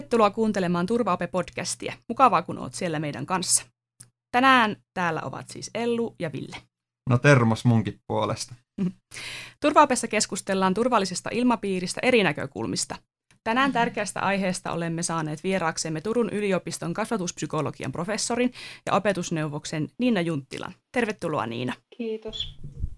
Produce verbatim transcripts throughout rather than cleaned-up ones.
Tervetuloa kuuntelemaan Turva-Ope-podcastia. Mukavaa, kun oot siellä meidän kanssa. Tänään täällä ovat siis Ellu ja Ville. No termos munkin puolesta. Turva-Opessa keskustellaan turvallisesta ilmapiiristä eri näkökulmista. Tänään tärkeästä aiheesta olemme saaneet vieraaksemme Turun yliopiston kasvatuspsykologian professorin ja opetusneuvoksen Niina Junttilan. Tervetuloa Niina. Kiitos.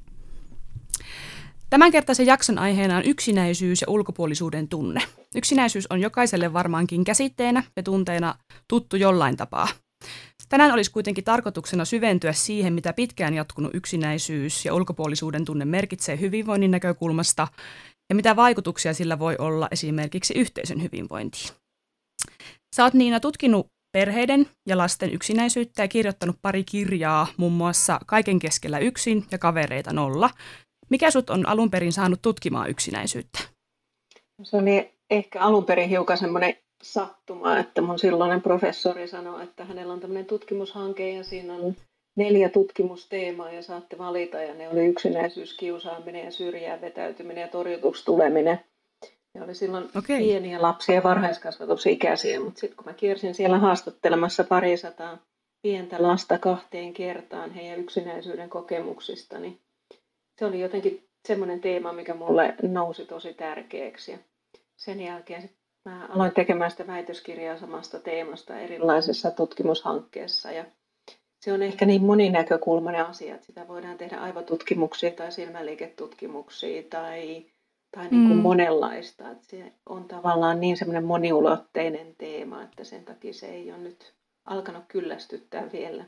Tämänkertaisen jakson aiheena on yksinäisyys ja ulkopuolisuuden tunne. Yksinäisyys on jokaiselle varmaankin käsitteenä ja tunteena tuttu jollain tapaa. Tänään olisi kuitenkin tarkoituksena syventyä siihen, mitä pitkään jatkunut yksinäisyys ja ulkopuolisuuden tunne merkitsee hyvinvoinnin näkökulmasta ja mitä vaikutuksia sillä voi olla esimerkiksi yhteisön hyvinvointiin. Sä oot Niina tutkinut perheiden ja lasten yksinäisyyttä ja kirjoittanut pari kirjaa, muun muassa Kaiken keskellä yksin ja Kavereita nolla. Mikä sut on alun perin saanut tutkimaan yksinäisyyttä? Se oli ehkä alun perin hiukan semmoinen sattuma, että mun silloinen professori sanoi, että hänellä on tämmöinen tutkimushanke ja siinä on neljä tutkimusteemaa ja saatte valita. Ja ne oli yksinäisyys, kiusaaminen ja syrjään vetäytyminen ja torjutuksi tuleminen. Ne oli silloin okay. Pieniä lapsia ja varhaiskasvatusikäisiä, mutta sitten kun mä kiersin siellä haastattelemassa parisataa pientä lasta kahteen kertaan heidän yksinäisyyden kokemuksista, niin se oli jotenkin semmoinen teema, mikä mulle nousi tosi tärkeäksi. Ja sen jälkeen mä aloin tekemään sitä väitöskirjaa samasta teemasta erilaisessa tutkimushankkeessa. Ja se on ehkä niin moninäkökulmainen asia, että sitä voidaan tehdä aivotutkimuksia tai silmäliiketutkimuksia tai, tai niin kuin mm. monenlaista. Että se on tavallaan niin semmoinen moniulotteinen teema, että sen takia se ei ole nyt alkanut kyllästyttää vielä.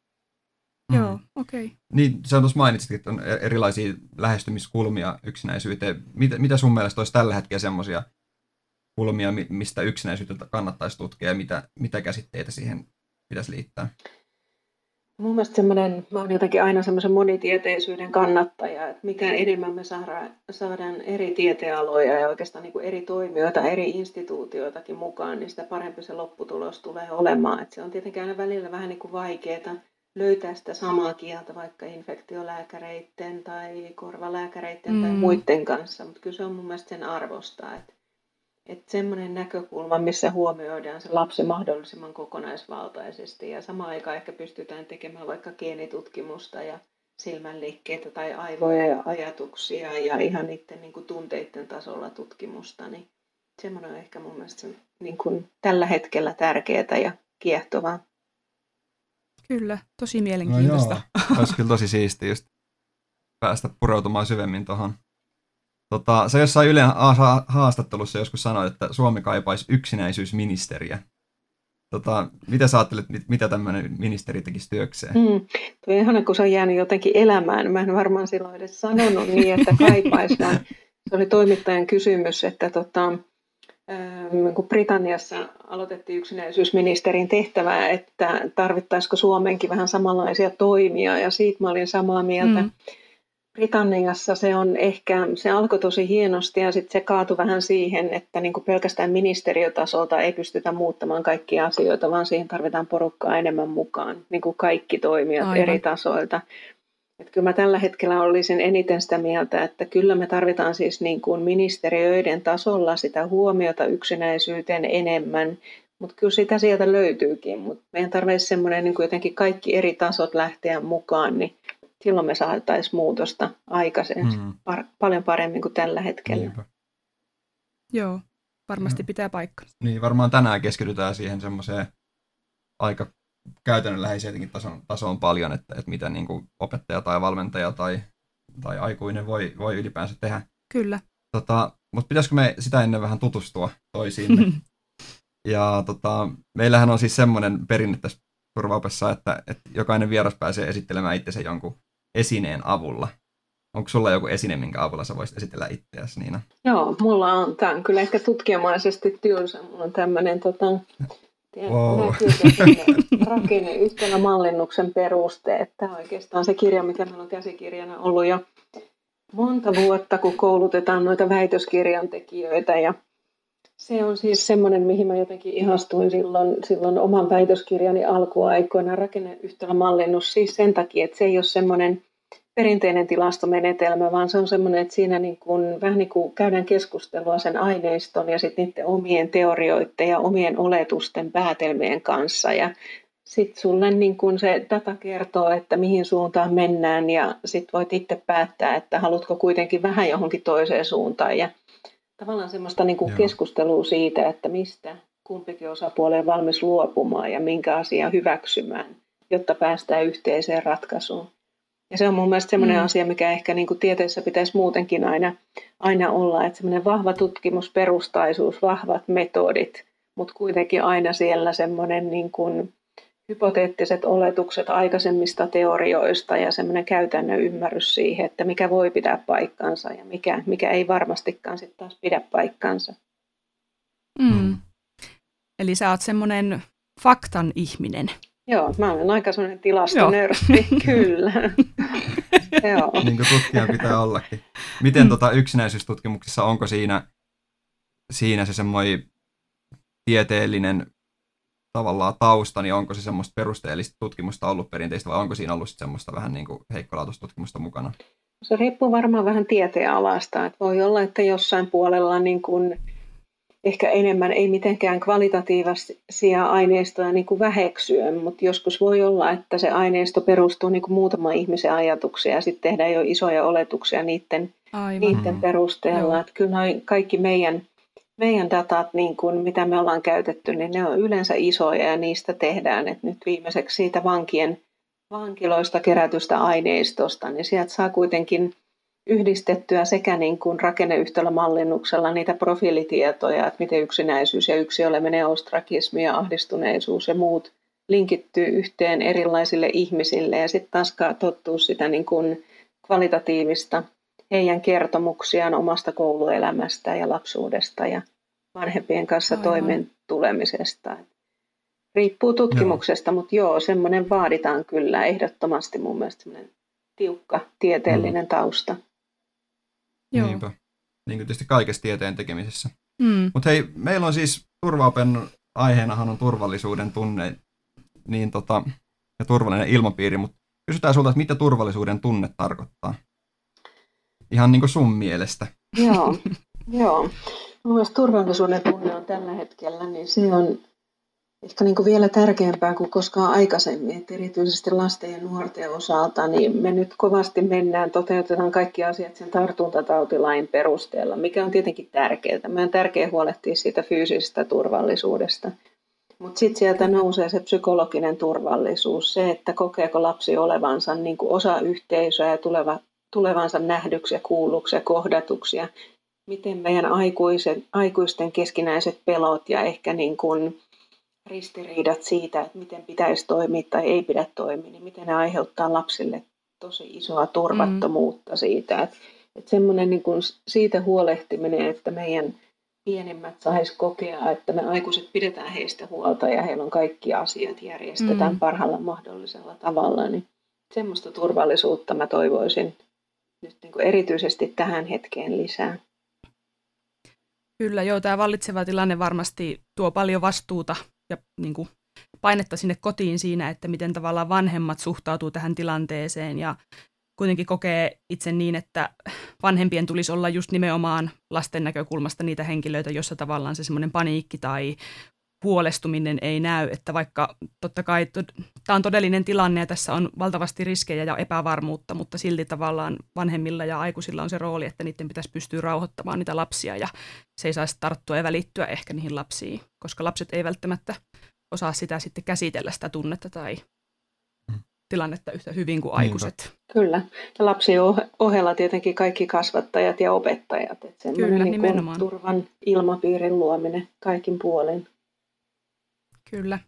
Joo, okei. Okay. Niin, sä tuossa mainitsit, että on erilaisia lähestymiskulmia yksinäisyyteen. Mitä, mitä sun mielestä olisi tällä hetkellä semmoisia kulmia, mistä yksinäisyyttä kannattaisi tutkia ja mitä, mitä käsitteitä siihen pitäisi liittää? Mun mielestä semmoinen, mä oon jotenkin aina semmoisen monitieteisyyden kannattaja, että mitä enemmän me saadaan, saadaan eri tieteenaloja ja oikeastaan niin kuin eri toimijoita, eri instituutioitakin mukaan, niin sitä parempi se lopputulos tulee olemaan. Että se on tietenkin aina välillä vähän niin kuin vaikeaa löytää sitä samaa kieltä vaikka infektiolääkäreiden tai korvalääkäreiden mm. tai muiden kanssa, mutta kyllä se on mun mielestä sen arvosta, että, että semmoinen näkökulma, missä huomioidaan se lapsi mahdollisimman kokonaisvaltaisesti ja samaan aikaan ehkä pystytään tekemään vaikka geenitutkimusta ja silmänliikkeitä tai aivoja ja ajatuksia ja ihan niiden niin kuin tunteiden tasolla tutkimusta, niin semmoinen on ehkä mun mielestä niin kuin tällä hetkellä tärkeää ja kiehtovaa. Kyllä, tosi mielenkiintoista. No joo, olisi kyllä tosi siistiä just päästä pureutumaan syvemmin tuohon. Tota, sä jossain Ylen haastattelussa joskus sanoit, että Suomi kaipaisi yksinäisyysministeriä. Tota, mitä sä ajattelet, mitä tämmöinen ministeri tekisi työkseen? Mm, tuo ihana, kun se on jäänyt jotenkin elämään. Mä en varmaan silloin edes sanonut niin, että kaipaisi, vaan se oli toimittajan kysymys, että tota, kun Britanniassa aloitettiin yksinäisyysministerin tehtävää, että tarvittaisiko Suomenkin vähän samanlaisia toimia, ja siitä mä olin samaa mieltä. Mm. Britanniassa se on ehkä, se alkoi tosi hienosti, ja sitten se kaatui vähän siihen, että niin kuin pelkästään ministeriötasolta ei pystytä muuttamaan kaikkia asioita, vaan siihen tarvitaan porukkaa enemmän mukaan, niin kuin kaikki toimijat Aivan. eri tasoilta. Että kyllä mä tällä hetkellä olisin eniten sitä mieltä, että kyllä me tarvitaan siis niin kuin ministeriöiden tasolla sitä huomiota yksinäisyyteen enemmän, mutta kyllä sitä sieltä löytyykin. Mutta meidän tarvitsisi semmoinen niin kuin jotenkin kaikki eri tasot lähteä mukaan, niin silloin me saataisiin muutosta aikaisemmin mm. par- paljon paremmin kuin tällä hetkellä. Niinpä. Joo, varmasti pitää paikka. Niin, varmaan tänään keskitytään siihen semmoiseen aika käytännönläheiseenkin tasoon, tasoon paljon, että, että mitä niin kuin opettaja tai valmentaja tai, tai aikuinen voi, voi ylipäänsä tehdä. Kyllä. Tota, mutta pitäisikö me sitä ennen vähän tutustua toisiimme? ja tota, meillähän on siis semmoinen perinne tässä Turva-Opessa, että, että jokainen vieras pääsee esittelemään itsensä jonkun esineen avulla. Onko sulla joku esine, minkä avulla sä voisit esitellä itseäsi, Niina? Joo, mulla on. Tämä on kyllä ehkä tutkijamaisesti tylsä. Mulla on tämmöinen tota, wow. rakenneyhtälö mallinnuksen perusteet. Tämä on oikeastaan se kirja, mikä meillä on käsikirjana ollut jo monta vuotta, kun koulutetaan noita väitöskirjan tekijöitä. Ja se on siis semmoinen, mihin mä jotenkin ihastuin silloin, silloin oman väitöskirjani alkuaikoina, rakenneyhtälö mallinnus. Siis sen takia, että se ei ole semmoinen perinteinen tilastomenetelmä, vaan se on semmoinen, että siinä niin kuin, vähän niin kuin käydään keskustelua sen aineiston ja sitten niiden omien teorioiden ja omien oletusten päätelmien kanssa. Ja sitten sulle niin kun se data kertoo, että mihin suuntaan mennään ja sitten voit itse päättää, että haluatko kuitenkin vähän johonkin toiseen suuntaan. Ja tavallaan semmoista niin kun keskustelua siitä, että mistä kumpikin osapuoli on valmis luopumaan ja minkä asian hyväksymään, jotta päästään yhteiseen ratkaisuun. Ja se on mun mielestä semmoinen mm. asia, mikä ehkä niin kuin tieteessä pitäisi muutenkin aina, aina olla, että semmoinen vahva tutkimusperustaisuus, vahvat metodit, mutta kuitenkin aina siellä semmoinen niin kuin hypoteettiset oletukset aikaisemmista teorioista ja semmoinen käytännön ymmärrys siihen, että mikä voi pitää paikkansa ja mikä, mikä ei varmastikaan sitten taas pidä paikkansa. Mm. Eli sä oot semmoinen faktan ihminen. Joo, mä olen aika semmoinen tilastonörtti, kyllä. Joo. Niin kuin tutkijan pitää ollakin. Miten mm. tota yksinäisyystutkimuksissa, onko siinä, siinä se semmoinen tieteellinen tavallaan tausta, niin onko se semmoista perusteellista tutkimusta ollut perinteistä vai onko siinä ollut semmoista vähän niin kuin heikkolaatuista tutkimusta mukana? Se riippuu varmaan vähän tieteenalasta. Että voi olla, että jossain puolella niin kuin ehkä enemmän ei mitenkään kvalitatiivisia aineistoja niin kuin väheksyä, mutta joskus voi olla, että se aineisto perustuu niin kuin muutaman ihmisen ajatuksia ja sitten tehdään jo isoja oletuksia niiden, niiden perusteella. Että kyllä kaikki meidän, meidän datat, niin kuin mitä me ollaan käytetty, niin ne on yleensä isoja ja niistä tehdään. Et nyt viimeiseksi siitä vankien, vankiloista kerätystä aineistosta, niin sieltä saa kuitenkin yhdistettyä sekä niin kuin rakenneyhtälömallinnuksella niitä profiilitietoja, että miten yksinäisyys ja yksioleminen, ostrakismi ja ahdistuneisuus ja muut linkittyy yhteen erilaisille ihmisille ja sitten taas tottuu sitä niin kuin kvalitatiivista heidän kertomuksiaan omasta kouluelämästä ja lapsuudesta ja vanhempien kanssa Aivan. toimeen tulemisesta. Riippuu tutkimuksesta, joo. mutta joo, semmoinen vaaditaan kyllä ehdottomasti mun mielestä semmoinen tiukka tieteellinen mm. tausta. Joo. Niinpä. Niin kuin tietysti kaikessa tieteen tekemisessä. Mm. Mutta hei, meillä on siis turvaopen aiheenahan on turvallisuuden tunne niin tota, ja turvallinen ilmapiiri, mutta kysytään sulta, että mitä turvallisuuden tunne tarkoittaa? Ihan niin kuin sun mielestä. Joo, joo. Mun mielestä turvallisuuden tunne on tällä hetkellä, niin se on ehkä niin kuin vielä tärkeämpää kuin koskaan aikaisemmin, että erityisesti lasten ja nuorten osalta, niin me nyt kovasti mennään, toteutetaan kaikki asiat sen tartuntatautilain perusteella, mikä on tietenkin tärkeää. Meidän on tärkeää huolehtia siitä fyysisestä turvallisuudesta. Mutta sitten sieltä nousee se psykologinen turvallisuus, se, että kokeeko lapsi olevansa niin kuin osa yhteisöä ja tuleva, tulevansa nähdyksi ja kuulluksi ja kohdatuksi. Ja miten meidän aikuiset, aikuisten keskinäiset pelot ja ehkä niin kuin ristiriidat siitä, että miten pitäisi toimia tai ei pidä toimia, niin miten ne aiheuttaa lapsille tosi isoa turvattomuutta mm. siitä. Että, että semmoinen niin kuin siitä huolehtiminen, että meidän pienimmät sais kokea, että me aikuiset pidetään heistä huolta ja heillä on kaikki asiat järjestetään mm. parhaalla mahdollisella tavalla, niin semmoista turvallisuutta mä toivoisin nyt niin kuin erityisesti tähän hetkeen lisää. Kyllä, joo, tämä vallitseva tilanne varmasti tuo paljon vastuuta ja niin kuin painetta sinne kotiin siinä, että miten tavallaan vanhemmat suhtautuu tähän tilanteeseen ja kuitenkin kokee itse niin, että vanhempien tulisi olla just nimenomaan lasten näkökulmasta niitä henkilöitä, jossa tavallaan se semmoinen paniikki tai huolestuminen ei näy, että vaikka totta kai tämä on todellinen tilanne ja tässä on valtavasti riskejä ja epävarmuutta, mutta silti tavallaan vanhemmilla ja aikuisilla on se rooli, että niiden pitäisi pystyä rauhoittamaan niitä lapsia ja se ei saisi tarttua ja välittyä ehkä niihin lapsiin, koska lapset ei välttämättä osaa sitä sitten käsitellä sitä tunnetta tai tilannetta yhtä hyvin kuin aikuiset. Kyllä. Ja lapsien ohella tietenkin kaikki kasvattajat ja opettajat. Että semmoinen niin kuin turvan ilmapiirin luominen kaikin puolin. Kyllä.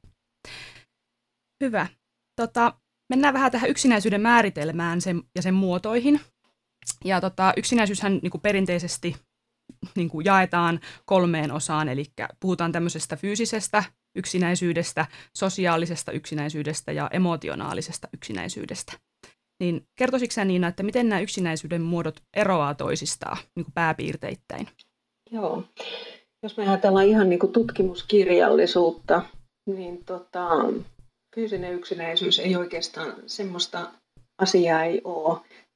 Hyvä. Tota, mennään vähän tähän yksinäisyyden määritelmään sen, ja sen muotoihin. Ja tota, yksinäisyyshän niin kuin perinteisesti niin kuin jaetaan kolmeen osaan, eli puhutaan tämmöisestä fyysisestä yksinäisyydestä, sosiaalisesta yksinäisyydestä ja emotionaalisesta yksinäisyydestä. Niin kertoisitko sä, Niina, että miten nämä yksinäisyyden muodot eroaa toisistaan niin kuin pääpiirteittäin? Joo. Jos me ajatellaan ihan niin kuin tutkimuskirjallisuutta, niin tota, fyysinen yksinäisyys ei oikeastaan semmoista asiaa ei ole.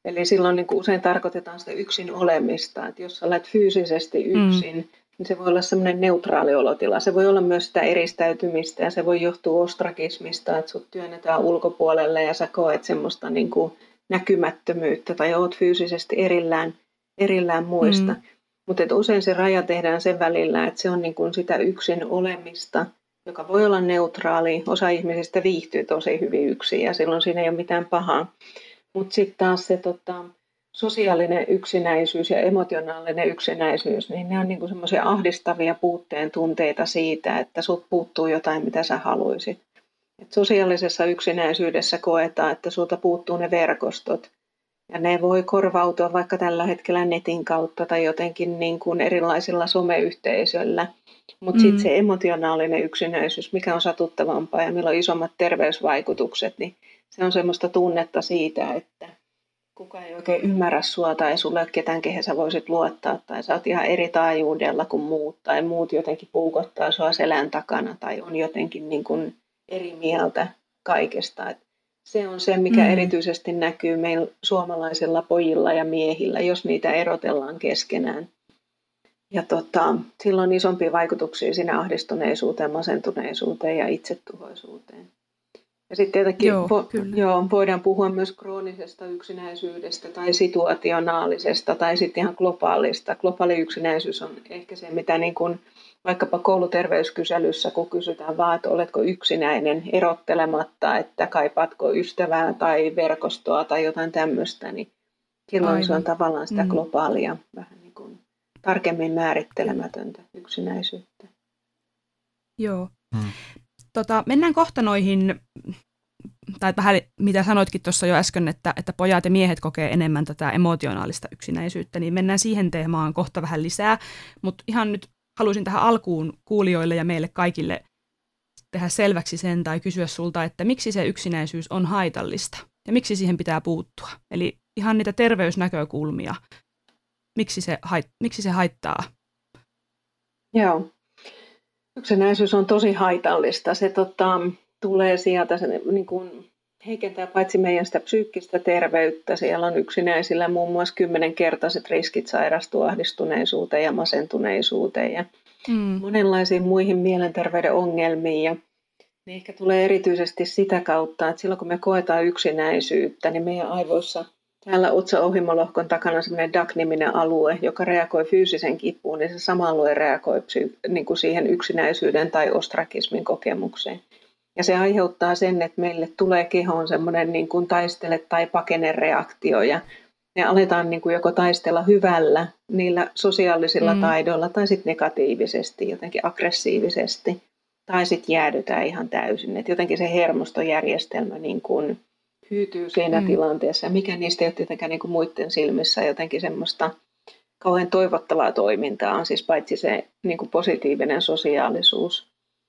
Eli silloin niin kuin usein tarkoitetaan sitä yksin olemista, että jos olet fyysisesti yksin, mm. niin se voi olla semmoinen neutraali olotila. Se voi olla myös sitä eristäytymistä ja se voi johtua ostrakismista, että sut työnnetään ulkopuolelle ja sä koet semmoista niin kuin näkymättömyyttä tai oot fyysisesti erillään, erillään muista. Mm. Mutta usein se raja tehdään sen välillä, että se on niin kuin sitä yksin olemista, joka voi olla neutraali. Osa ihmisistä viihtyy tosi hyvin yksin ja silloin siinä ei ole mitään pahaa. Mutta sitten taas se tota, sosiaalinen yksinäisyys ja emotionaalinen yksinäisyys, niin ne on niinku semmoisia ahdistavia puutteen tunteita siitä, että sut puuttuu jotain, mitä sä haluisit. Et sosiaalisessa yksinäisyydessä koetaan, että sulta puuttuu ne verkostot. Ja ne voi korvautua vaikka tällä hetkellä netin kautta tai jotenkin niin kuin erilaisilla someyhteisöillä. Mutta sitten mm. se emotionaalinen yksinäisyys, mikä on satuttavampaa ja millä on isommat terveysvaikutukset, niin se on semmoista tunnetta siitä, että kukaan ei oikein ymmärrä sua tai sulla ei ole ketään, kehen sä voisit luottaa. Tai sä oot ihan eri taajuudella kuin muut tai muut jotenkin puukottaa sua selän takana tai on jotenkin niin kuin eri mieltä kaikesta. Et se on se, mikä mm. erityisesti näkyy meillä suomalaisilla pojilla ja miehillä, jos niitä erotellaan keskenään. Ja tota, sillä on isompia vaikutuksia sinne ahdistuneisuuteen, masentuneisuuteen ja itsetuhoisuuteen. Ja sitten tietenkin joo, vo- joo, voidaan puhua myös kroonisesta yksinäisyydestä tai situationaalisesta tai sitten ihan globaalista. Globaali yksinäisyys on ehkä se, mitä niin kuin vaikkapa kouluterveyskyselyssä, kun kysytään vaan, että oletko yksinäinen erottelematta, että kaipaatko ystävää tai verkostoa tai jotain tämmöistä, niin silloin Aivan. se on tavallaan sitä globaalia, mm. vähän niin kuin tarkemmin määrittelemätöntä yksinäisyyttä. Joo. Hmm. Tota, mennään kohta noihin, tai vähän mitä sanoitkin tuossa jo äsken, että, että pojat ja miehet kokee enemmän tätä emotionaalista yksinäisyyttä, niin mennään siihen teemaan kohta vähän lisää, mutta ihan nyt haluaisin tähän alkuun kuulijoille ja meille kaikille tehdä selväksi sen tai kysyä sulta, että miksi se yksinäisyys on haitallista ja miksi siihen pitää puuttua. Eli ihan niitä terveysnäkökulmia, miksi se, hait, miksi se haittaa. Joo. Yksinäisyys on tosi haitallista. Se tota, tulee sieltä, se niin kuin heikentää paitsi meidän sitä psyykkistä terveyttä. Siellä on yksinäisillä muun muassa kymmenenkertaiset riskit sairastua ahdistuneisuuteen ja masentuneisuuteen ja mm. monenlaisiin muihin mielenterveyden ongelmiin. Ja ne ehkä tulee erityisesti sitä kautta, että silloin kun me koetaan yksinäisyyttä, niin meidän aivoissa täällä otsaohimolohkon takana on sellainen D A C-niminen alue, joka reagoi fyysisen kipuun, niin se sama alue reagoi psyy- niin kuin siihen yksinäisyyden tai ostrakismin kokemukseen. Ja se aiheuttaa sen, että meille tulee kehoon semmoinen niin kuin taistele- tai pakene-reaktio, ja me aletaan niin kuin joko taistella hyvällä niillä sosiaalisilla mm. taidoilla, tai sitten negatiivisesti, jotenkin aggressiivisesti, tai sitten jäädytään ihan täysin. Et jotenkin se hermostojärjestelmä niin kuin hyytyy siinä mm. tilanteessa, ja mikä niistä ei ole tietenkään niin kuin muiden silmissä jotenkin semmoista kauhean toivottavaa toimintaa, on siis paitsi se niin kuin positiivinen sosiaalisuus.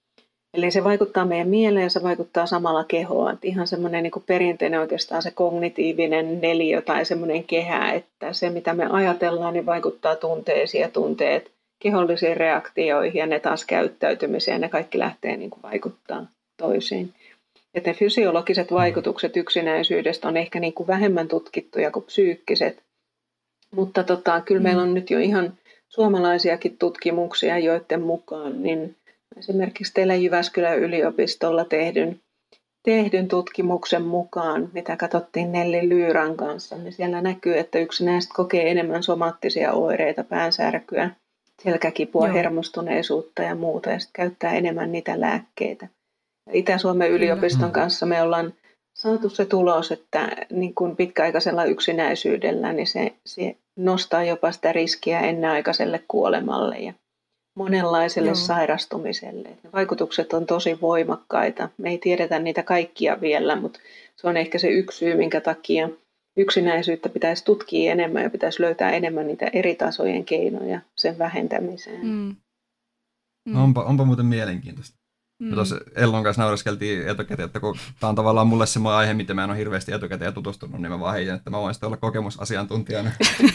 Eli se vaikuttaa meidän mieleen, se vaikuttaa samalla kehoon. Että ihan semmoinen niin kuin perinteinen oikeastaan se kognitiivinen neliö tai semmoinen kehä, että se mitä me ajatellaan, niin vaikuttaa tunteisiin ja tunteet kehollisiin reaktioihin ja ne taas käyttäytymiseen, ne kaikki lähtee niin kuin vaikuttaa toisiin. Että ne fysiologiset vaikutukset yksinäisyydestä on ehkä niin kuin vähemmän tutkittuja kuin psyykkiset, mutta tota, kyllä meillä on nyt jo ihan suomalaisiakin tutkimuksia, joiden mukaan niin esimerkiksi teillä Jyväskylän yliopistolla tehdyn, tehdyn tutkimuksen mukaan, mitä katsottiin Nelli Lyyran kanssa, niin siellä näkyy, että yksinäiset kokee enemmän somaattisia oireita, päänsärkyä, selkäkipua, Joo. hermostuneisuutta ja muuta, ja sitten käyttää enemmän niitä lääkkeitä. Itä-Suomen yliopiston kanssa me ollaan saatu se tulos, että niin kuin pitkäaikaisella yksinäisyydellä niin se, se nostaa jopa sitä riskiä ennenaikaiselle kuolemalle ja monenlaiselle Joo. sairastumiselle. Ne vaikutukset on tosi voimakkaita. Me ei tiedetä niitä kaikkia vielä, mutta se on ehkä se yksi syy, minkä takia yksinäisyyttä pitäisi tutkia enemmän ja pitäisi löytää enemmän niitä eri tasojen keinoja sen vähentämiseen. Mm. Mm. Onpa, onpa muuten mielenkiintoista. Mm. Ja tuossa Ellon kanssa naureskeltiin etukäteen, että kun tämä on tavallaan mulle semmoinen aihe, mitä mä en ole hirveästi etukäteen tutustunut, niin mä vaan heitän, että mä voin sitten olla kokemusasiantuntijana.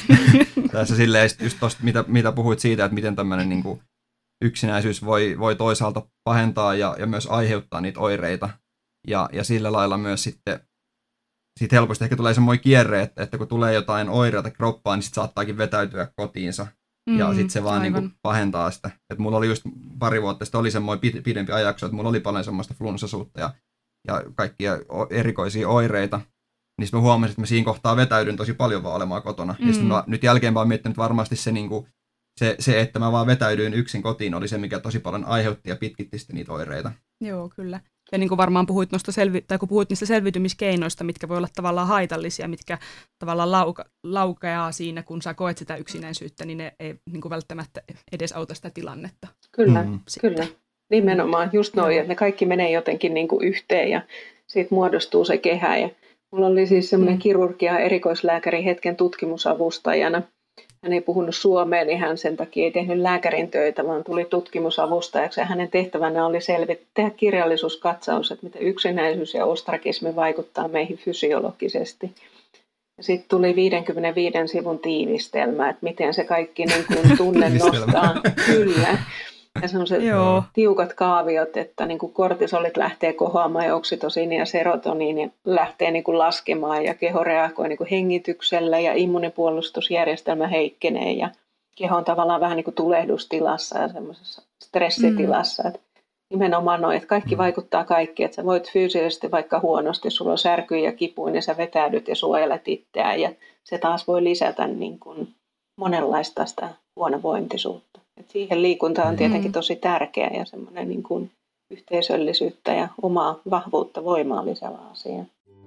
Tässä silleen just tosta, mitä, mitä puhuit siitä, että miten tämmöinen niin kuin yksinäisyys voi, voi toisaalta pahentaa ja, ja myös aiheuttaa niitä oireita. Ja, ja sillä lailla myös sitten siitä helposti ehkä tulee semmoinen kierre, että, että kun tulee jotain oireita kroppaan, niin sitten saattaakin vetäytyä kotiinsa. Mm, ja sitten se vaan niin kuin pahentaa sitä. Et mulla oli just pari vuotta sitten oli semmoinen pidempi ajakso, että mulla oli paljon semmoista flunssasuutta ja, ja kaikkia erikoisia oireita. Niin sitten mä huomasin, että mä siinä kohtaa vetäydyn tosi paljon vaan olemaan kotona. Mm. Ja sitten mä nyt jälkeenpäin miettinyt, että varmasti se, niin kuin, se, se, että mä vaan vetäydyin yksin kotiin, oli se, mikä tosi paljon aiheutti ja pitkitti sitten niitä oireita. Joo, kyllä. Ja niin kuin varmaan puhuit, noista selvi- tai kun puhuit niistä selviytymiskeinoista, mitkä voi olla tavallaan haitallisia, mitkä tavallaan lauka- laukeaa siinä, kun sä koet sitä yksinäisyyttä, niin ne ei niin kuin välttämättä edes auta sitä tilannetta. Kyllä, mm. kyllä. Nimenomaan just noin, että ne kaikki menee jotenkin niin kuin yhteen ja siitä muodostuu se kehä. Ja mulla oli siis semmoinen mm. kirurgia erikoislääkäri hetken tutkimusavustajana. Hän ei puhunut suomea, niin hän sen takia ei tehnyt lääkärin töitä, vaan tuli tutkimusavustajaksi. Ja hänen tehtävänä oli selvittää, tehdä kirjallisuuskatsaus, että miten yksinäisyys ja ostrakismi vaikuttaa meihin fysiologisesti. Ja sitten tuli viisikymmentäviisi sivun tiivistelmä, että miten se kaikki niin kuin tunne nostaa. Kyllä. Ja sellaiset Joo. tiukat kaaviot, että niin kuin kortisolit lähtee kohoamaan ja oksitosiini ja serotoniini lähtee niin kuin laskemaan ja keho reagoi niin kuin hengityksellä ja immunipuolustusjärjestelmä heikkenee ja keho on tavallaan vähän niin kuin tulehdustilassa ja semmoisessa stressitilassa. Mm. Että nimenomaan noin, että kaikki vaikuttaa kaikki, että sä voit fyysisesti vaikka huonosti, sulla on särky ja kipu, niin sä vetäydyt ja suojelet itseään ja se taas voi lisätä niin kuin monenlaista sitä huonovointisuutta. Et siihen liikunta on tietenkin tosi tärkeä ja semmoinen niin kuin yhteisöllisyyttä ja omaa vahvuutta, voimaa lisäävä asia.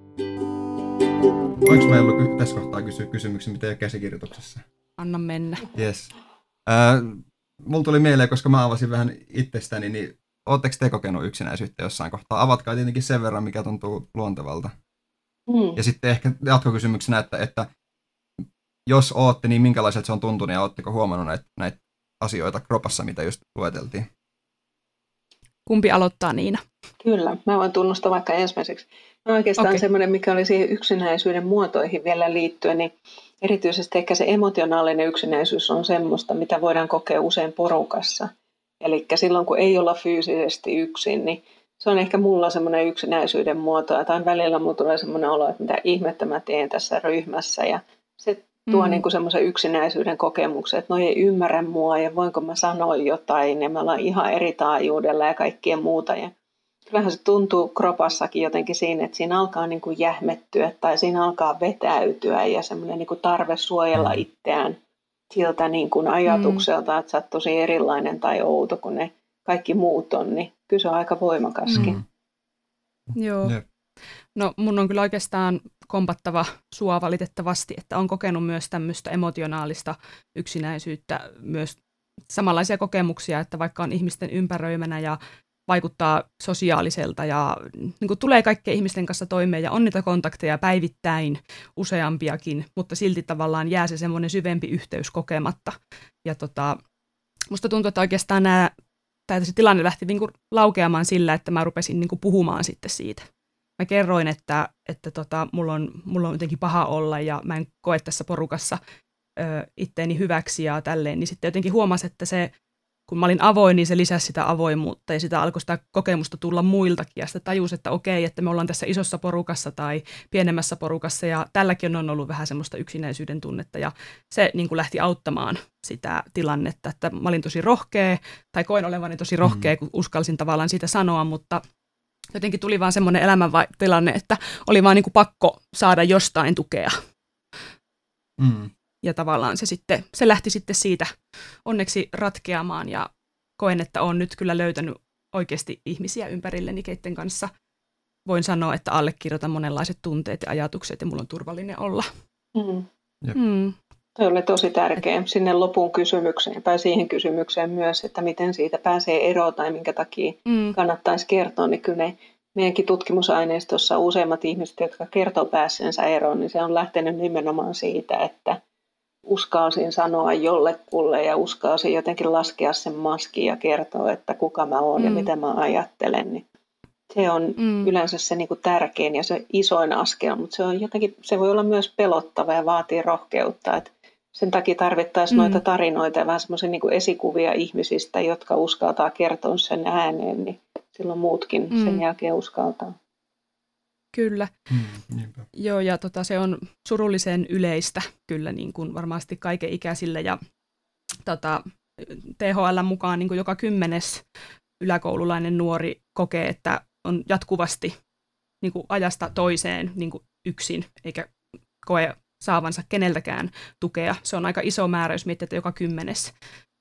Voinko mä ollut tässä kohtaa kysyä kysymyksen, mitä ei ole käsikirjoituksessa? Anna mennä. Yes. Äh, mulla tuli mieleen, koska mä avasin vähän itsestäni, niin ootteko te kokenut yksinäisyyttä jossain kohtaa? Avatkaa tietenkin sen verran, mikä tuntuu luontevalta. Mm. Ja sitten ehkä jatkokysymyksenä, että, että jos ootte, niin minkälaiset se on tuntunut ja ootteko huomannut näitä, näitä asioita kropassa, mitä just lueteltiin? Kumpi aloittaa, Niina? Kyllä, mä voin tunnustaa vaikka ensimmäiseksi. No oikeastaan okay. semmoinen, mikä oli siihen yksinäisyyden muotoihin vielä liittyen, niin erityisesti ehkä se emotionaalinen yksinäisyys on semmoista, mitä voidaan kokea usein porukassa. Eli silloin, kun ei olla fyysisesti yksin, niin se on ehkä mulla semmoinen yksinäisyyden muoto. Ja tämän välillä mulla tulee semmoinen olo, että mitä ihmettä mä teen tässä ryhmässä. Ja se tuo mm. niin kuin semmoisen yksinäisyyden kokemuksen, että no ei ymmärrä mua ja voinko mä sanoa jotain. Ja me ollaan ihan eri taajuudella ja kaikkien muuta. Ja kyllähän se tuntuu kropassakin jotenkin siinä, että siinä alkaa niin kuin jähmettyä tai siinä alkaa vetäytyä ja semmoinen niin kuin tarve suojella itseään siltä niin kuin ajatukselta, että sä oot tosi erilainen tai outo kuin ne kaikki muut on, niin kyllä se on aika voimakaskin. Mm. Joo. Yep. No mun on kyllä oikeastaan kompattava sua valitettavasti, että on kokenut myös tämmöistä emotionaalista yksinäisyyttä, myös samanlaisia kokemuksia, että vaikka on ihmisten ympäröimänä ja vaikuttaa sosiaaliselta ja niin kuin tulee kaikkien ihmisten kanssa toimeen ja on niitä kontakteja päivittäin useampiakin, mutta silti tavallaan jää se semmoinen syvempi yhteys kokematta. Ja tota, musta tuntuu, että oikeastaan nämä, tai se tilanne lähti niin kuin laukeamaan sillä, että mä rupesin niin kuin puhumaan sitten siitä. Mä kerroin, että, että tota, mulla, on, mulla on jotenkin paha olla ja mä en koe tässä porukassa ö, itteeni hyväksi ja tälleen, niin sitten jotenkin huomasin, että se kun mä olin avoin, niin se lisäsi sitä avoimuutta ja sitä alkoi sitä kokemusta tulla muiltakin. Ja sitä tajusi, että okei, että me ollaan tässä isossa porukassa tai pienemmässä porukassa ja tälläkin on ollut vähän semmoista yksinäisyyden tunnetta. Ja se niin kuin lähti auttamaan sitä tilannetta, että mä olin tosi rohkea tai koin olevani tosi rohkea, kun uskalsin tavallaan siitä sanoa, mutta jotenkin tuli vaan semmoinen elämäntilanne, että oli vaan niin kuin pakko saada jostain tukea. Mm. Ja tavallaan se, sitten, se lähti sitten siitä onneksi ratkeamaan ja koen, että olen nyt kyllä löytänyt oikeasti ihmisiä ympärilleni, keiden kanssa voin sanoa, että allekirjoitan monenlaiset tunteet ja ajatukset ja mulla on turvallinen olla. Mm. Mm. Tuo oli tosi tärkeä sinne lopun kysymykseen tai siihen kysymykseen myös, että miten siitä pääsee eroon tai minkä takia mm. kannattaisi kertoa, niin kyllä ne meidänkin tutkimusaineistossa useimmat ihmiset, jotka kertoo päässeensä eroon, niin se on lähtenyt nimenomaan siitä, että uskalsin sanoa jollekulle ja uskalsin jotenkin laskea sen maskin ja kertoa, että kuka mä oon mm. ja mitä mä ajattelen. Niin se on mm. yleensä se niin kuin tärkein ja se isoin askel, mutta se, on jotenkin, se voi olla myös pelottava ja vaatii rohkeutta. Että sen takia tarvittaisiin mm. noita tarinoita ja vähän semmoisia niin kuin esikuvia ihmisistä, jotka uskaltaa kertoa sen ääneen, niin silloin muutkin mm. sen jälkeen uskaltaa. Kyllä. Mm, niinpä. Joo, ja tota, se on surullisen yleistä kyllä niin kuin varmasti kaiken ikäisille. Ja tota, T H L mukaan niin kuin joka kymmenes yläkoululainen nuori kokee, että on jatkuvasti niin kuin ajasta toiseen niin kuin yksin, eikä koe saavansa keneltäkään tukea. Se on aika iso määrä, jos miettii, että joka kymmenes.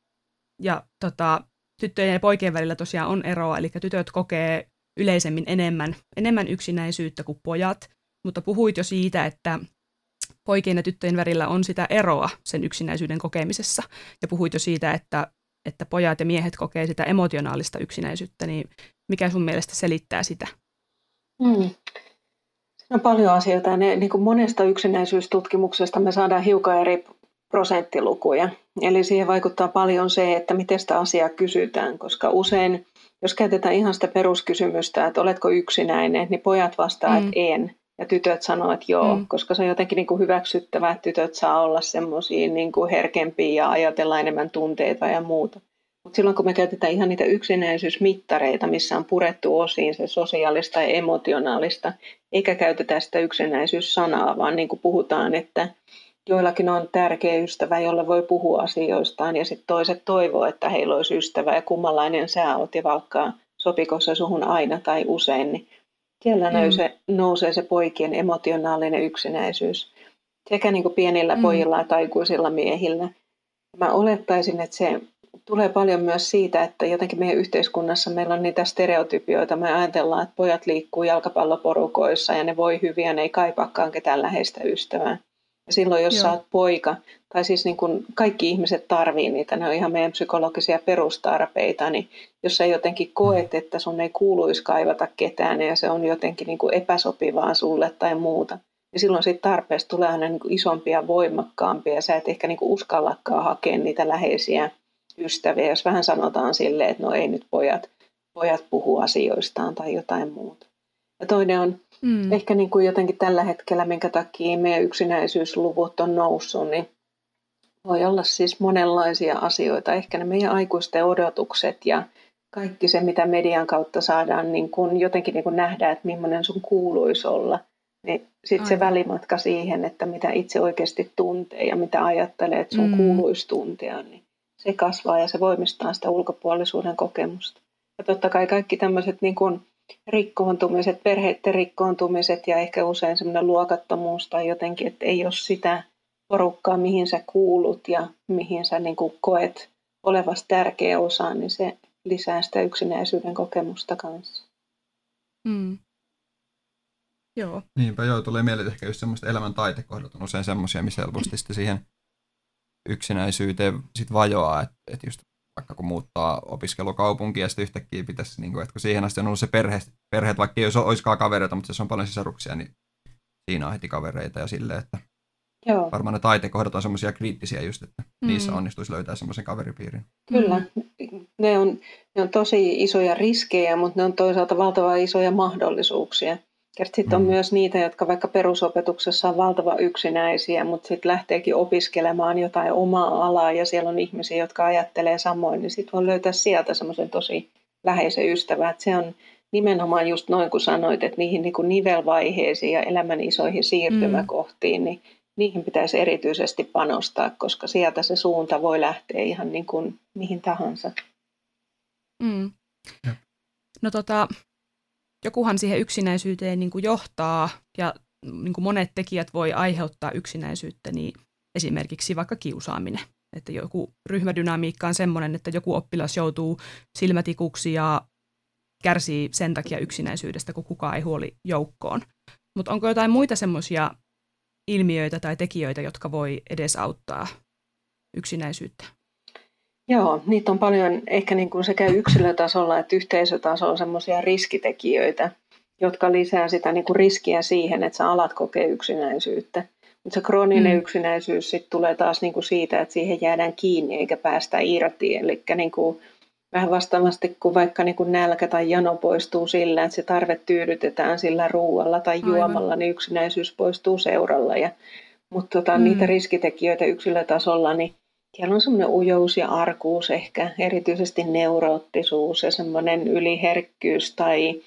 Ja tota, tyttöjen ja poikien välillä tosiaan on eroa, eli tytöt kokee yleisemmin enemmän, enemmän yksinäisyyttä kuin pojat, mutta puhuit jo siitä, että poikien ja tyttöjen välillä on sitä eroa sen yksinäisyyden kokemisessa, ja puhuit jo siitä, että, että pojat ja miehet kokee sitä emotionaalista yksinäisyyttä, niin mikä sun mielestä selittää sitä? Hmm. On paljon asioita, ja ne, niin kuin monesta yksinäisyystutkimuksesta me saadaan hiukan eri prosenttilukuja. Eli siihen vaikuttaa paljon se, että miten sitä asiaa kysytään, koska usein, jos käytetään ihan sitä peruskysymystä, että oletko yksinäinen, niin pojat vastaa, mm. että en, ja tytöt sanoo, että joo, mm. koska se on jotenkin niin kuin hyväksyttävää, että tytöt saa olla semmoisia niin kuin herkempiä ja ajatella enemmän tunteita ja muuta. Mutta silloin kun me käytetään ihan niitä yksinäisyysmittareita, missä on purettu osiin se sosiaalista ja emotionaalista, eikä käytetä sitä yksinäisyyssanaa, vaan niin kuin puhutaan, että joillakin on tärkeä ystävä, jolle voi puhua asioistaan, ja sitten toiset toivoo, että heillä olisi ystävä, ja kummanlainen sä oot, ja vaikka sopiko se suhun aina tai usein, niin siellä mm. nousee, nousee se poikien emotionaalinen yksinäisyys, sekä niin kuin pienillä mm. pojilla että aikuisilla miehillä. Mä olettaisin, että se tulee paljon myös siitä, että jotenkin meidän yhteiskunnassa meillä on niitä stereotypioita. Me ajatellaan, että pojat liikkuu jalkapalloporukoissa ja ne voi hyvin ja ne ei kaipaakaan ketään läheistä ystävää. Ja silloin, jos Joo. sä oot poika, tai siis niin kuin kaikki ihmiset tarvii niitä, ne on ihan meidän psykologisia perustarpeita, niin jos sä jotenkin koet, että sun ei kuuluisi kaivata ketään ja se on jotenkin niin kuin epäsopivaa sulle tai muuta, niin silloin siitä tarpeesta tulee aina niin kuin isompia ja voimakkaampia ja sä et ehkä niin kuin uskallakaan hakea niitä läheisiä ystäviä, jos vähän sanotaan silleen, että no ei nyt pojat, pojat puhu asioistaan tai jotain muuta. Ja toinen on mm. ehkä niin kuin jotenkin tällä hetkellä, minkä takia meidän yksinäisyysluvut on noussut, niin voi olla siis monenlaisia asioita. Ehkä ne meidän aikuisten odotukset ja kaikki se, mitä median kautta saadaan niin kuin jotenkin niin kuin nähdä, että millainen sun kuuluisi olla. Niin sitten se välimatka siihen, että mitä itse oikeasti tuntee ja mitä ajattelee, että sun mm. kuuluisi tuntea, niin se kasvaa ja se voimistaa sitä ulkopuolisuuden kokemusta. Ja totta kai kaikki tämmöiset niin kuin rikkoontumiset, perheiden rikkoontumiset ja ehkä usein semmoinen luokattomuus tai jotenkin, että ei ole sitä porukkaa, mihin sä kuulut ja mihin sä niin kuin koet olevasi tärkeä osa, niin se lisää sitä yksinäisyyden kokemusta kanssa. Mm. Joo. Niinpä joo, tulee mieleen ehkä just semmoista elämän taitekohdat on usein semmoisia, missä helposti sitten siihen yksinäisyyteen sit vajoaa, että et just vaikka kun muuttaa opiskelukaupunkiin ja sitten yhtäkkiä pitäisi, niin kuin, että kun siihen asti on ollut se perhe, perheet, vaikka ei olisikaan kavereita, mutta jos on paljon sisaruksia, niin siinä on heti kavereita ja silleen, että Joo. varmaan ne taitekohdat on semmoisia kriittisiä just, että mm. niissä onnistuisi löytää semmoisen kaveripiirin. Kyllä, ne on, ne on tosi isoja riskejä, mutta ne on toisaalta valtavan isoja mahdollisuuksia. Sitten on mm. myös niitä, jotka vaikka perusopetuksessa on valtavan yksinäisiä, mutta sitten lähteekin opiskelemaan jotain omaa alaa ja siellä on ihmisiä, jotka ajattelee samoin, niin sitten voi löytää sieltä semmoisen tosi läheisen ystävän. Että se on nimenomaan just noin kuin sanoit, että niihin niin kuin nivelvaiheisiin ja elämän isoihin siirtymäkohtiin, mm. niin niihin pitäisi erityisesti panostaa, koska sieltä se suunta voi lähteä ihan niin kuin mihin tahansa. Mm. No tota... Jokuhan siihen yksinäisyyteen niin kuin johtaa ja niin kuin monet tekijät voi aiheuttaa yksinäisyyttä, niin esimerkiksi vaikka kiusaaminen. Että joku ryhmädynamiikka on semmoinen, että joku oppilas joutuu silmätikuksi ja kärsii sen takia yksinäisyydestä, kun kukaan ei huoli joukkoon. Mutta onko jotain muita semmoisia ilmiöitä tai tekijöitä, jotka voi edesauttaa yksinäisyyttä? Joo, niitä on paljon ehkä niin kuin sekä yksilötasolla että yhteisötasolla semmoisia riskitekijöitä, jotka lisää sitä niin kuin riskiä siihen, että sä alat kokea yksinäisyyttä. Mutta se krooninen mm. yksinäisyys sit tulee taas niin kuin siitä, että siihen jäädään kiinni eikä päästä irti. Eli niin kuin vähän vastaavasti kuin vaikka niin kuin nälkä tai jano poistuu sillä, että se tarve tyydytetään sillä ruualla tai juomalla, Aivan. niin yksinäisyys poistuu seuralla. Ja, mutta tota, mm. niitä riskitekijöitä yksilötasolla, niin siellä on semmoinen ujous ja arkuus ehkä, erityisesti neuroottisuus ja semmoinen yliherkkyys tai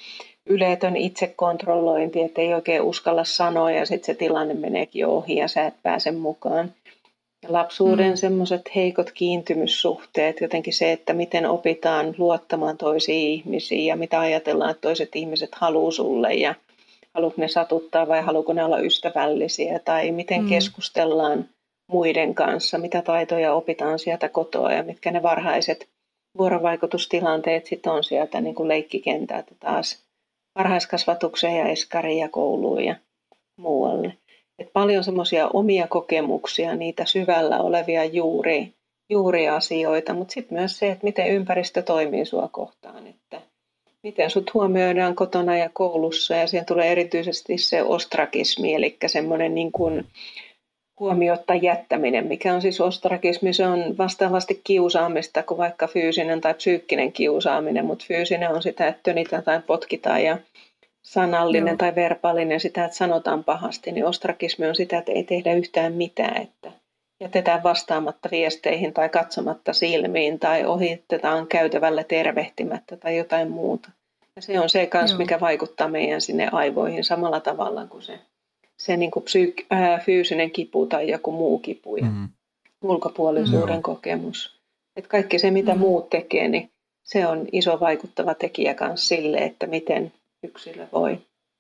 yletön itsekontrollointi, että ei oikein uskalla sanoa ja sitten se tilanne meneekin ohi ja sä et pääse mukaan. Ja lapsuuden mm. semmoiset heikot kiintymyssuhteet, jotenkin se, että miten opitaan luottamaan toisiin ihmisiin ja mitä ajatellaan, että toiset ihmiset haluaa sulle ja haluatko ne satuttaa vai haluatko ne olla ystävällisiä tai miten mm. keskustellaan muiden kanssa, mitä taitoja opitaan sieltä kotoa ja mitkä ne varhaiset vuorovaikutustilanteet sitten on sieltä niin kuin leikkikentältä taas varhaiskasvatukseen ja eskariin ja kouluun ja muualle. Et paljon semmoisia omia kokemuksia, niitä syvällä olevia juuri, juuri asioita, mutta sitten myös se, että miten ympäristö toimii sua kohtaan, että miten sut huomioidaan kotona ja koulussa ja siihen tulee erityisesti se ostrakismi, eli semmoinen niin kuin huomiotta jättäminen, mikä on siis ostrakismi, se on vastaavasti kiusaamista kuin vaikka fyysinen tai psyykkinen kiusaaminen, mutta fyysinen on sitä, että tönitään tai potkitaan ja sanallinen Joo. tai verbaalinen sitä, että sanotaan pahasti, niin ostrakismi on sitä, että ei tehdä yhtään mitään, että jätetään vastaamatta viesteihin tai katsomatta silmiin tai ohitetaan käytävällä tervehtimättä tai jotain muuta. Ja se on se kanssa, mikä vaikuttaa meidän sinne aivoihin samalla tavalla kuin se se niin kuin psyyk- ää, fyysinen kipu tai joku muu kipu ja mm. ulkopuolisuuden mm. kokemus. Et kaikki se, mitä mm. muut tekee, niin se on iso vaikuttava tekijä kanssa sille, että miten yksilö voi.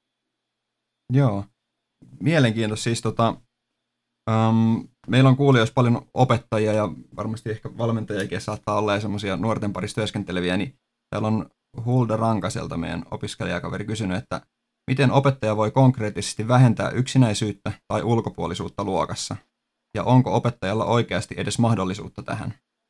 Joo. Mielenkiintoista siis. Tota, um, meillä on kuulijoissa paljon opettajia ja varmasti ehkä valmentajiakin saattaa olla ja semmoisia nuorten parissa työskenteleviä, niin täällä on Hulda Rankaselta, meidän opiskelijakaveri, kysynyt, että miten opettaja voi konkreettisesti vähentää yksinäisyyttä tai ulkopuolisuutta luokassa? Ja onko opettajalla oikeasti edes mahdollisuutta tähän?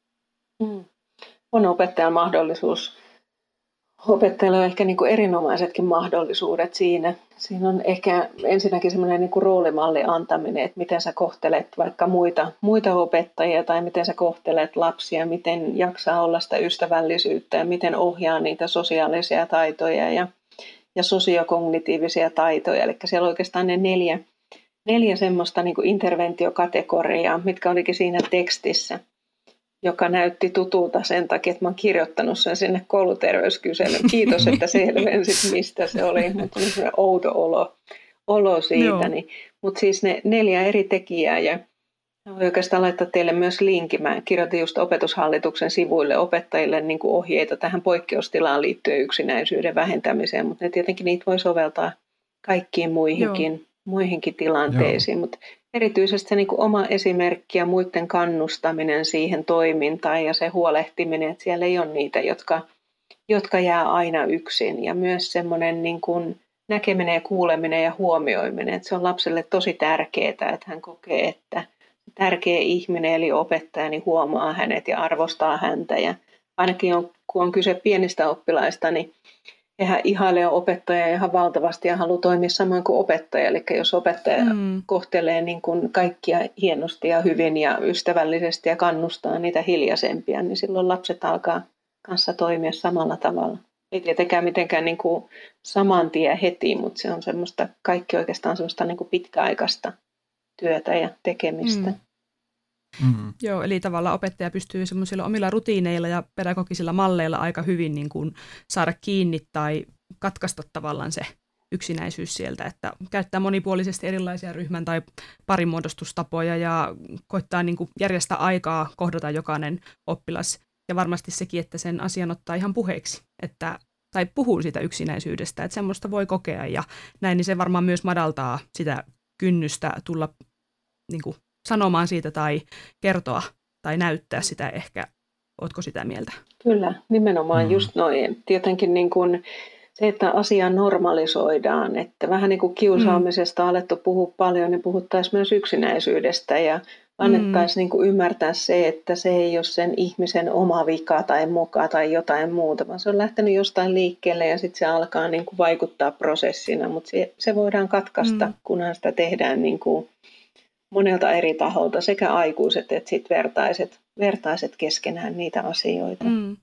Mm. On opettajalla mahdollisuus. Opettajalla on ehkä niin kuin erinomaisetkin mahdollisuudet siinä. Siinä on ehkä ensinnäkin semmoinen niin kuin roolimalli antaminen, että miten sä kohtelet vaikka muita, muita opettajia tai miten sä kohtelet lapsia, miten jaksaa olla sitä ystävällisyyttä ja miten ohjaa niitä sosiaalisia taitoja ja ja sosiokognitiivisia taitoja. Eli siellä on oikeastaan ne neljä, neljä semmoista niin kuin interventiokategoriaa, mitkä olikin siinä tekstissä, joka näytti tutulta sen takia, että mä oon kirjoittanut sen sinne kouluterveyskyselyyn. Kiitos, että selvensit, mistä se oli, mutta oli semmoinen outo olo, olo siitä. Niin, mutta siis ne neljä eri tekijää ja voin oikeastaan laittaa teille myös linkin. Mä kirjoitin just opetushallituksen sivuille opettajille niin kuin ohjeita tähän poikkeustilaan liittyen yksinäisyyden vähentämiseen, mutta ne tietenkin niitä voi soveltaa kaikkiin muihinkin, muihinkin tilanteisiin. Mutta erityisesti se niin kuin oma esimerkki ja muiden kannustaminen siihen toimintaan ja se huolehtiminen, että siellä ei ole niitä, jotka, jotka jää aina yksin. Ja myös semmoinen niin kuin näkeminen ja kuuleminen ja huomioiminen, että se on lapselle tosi tärkeää, että hän kokee, että tärkeä ihminen eli opettaja niin huomaa hänet ja arvostaa häntä. Ja ainakin on, kun on kyse pienistä oppilaista, niin hehän ihailee opettajaa ihan valtavasti ja haluaa toimia samoin kuin opettaja. Eli jos opettaja mm. kohtelee niin kuin kaikkia hienosti ja hyvin ja ystävällisesti ja kannustaa niitä hiljaisempia, niin silloin lapset alkaa kanssa toimia samalla tavalla. Ei tietenkään mitenkään niin kuin saman tien heti, mutta se on semmoista, kaikki oikeastaan semmoista niin kuin pitkäaikaista työtä ja tekemistä. Mm. Mm-hmm. Joo, eli tavallaan opettaja pystyy semmoisilla omilla rutiineilla ja pedagogisilla malleilla aika hyvin niin kuin saada kiinni tai katkaista tavallaan se yksinäisyys sieltä, että käyttää monipuolisesti erilaisia ryhmän- tai parimuodostustapoja ja koittaa niin kuin järjestää aikaa kohdata jokainen oppilas. Ja varmasti sekin, että sen asian ottaa ihan puheeksi, että, tai puhuu siitä yksinäisyydestä, että semmoista voi kokea ja näin, niin se varmaan myös madaltaa sitä kynnystä tulla niin kuin sanomaan siitä tai kertoa tai näyttää sitä ehkä. Ootko sitä mieltä? Kyllä, nimenomaan mm. just noin. Tietenkin niin kuin se, että asia normalisoidaan, että vähän niin kuin kiusaamisesta on alettu puhua paljon, niin puhuttaisiin myös yksinäisyydestä ja annettaisiin mm. niin kuin ymmärtää se, että se ei ole sen ihmisen oma vika tai moka tai jotain muuta, vaan se on lähtenyt jostain liikkeelle ja sitten se alkaa niin kuin vaikuttaa prosessina, mutta se, se voidaan katkaista, mm. kunhan sitä tehdään niin kuin monelta eri taholta, sekä aikuiset että sit vertaiset, vertaiset keskenään niitä asioita. Mm.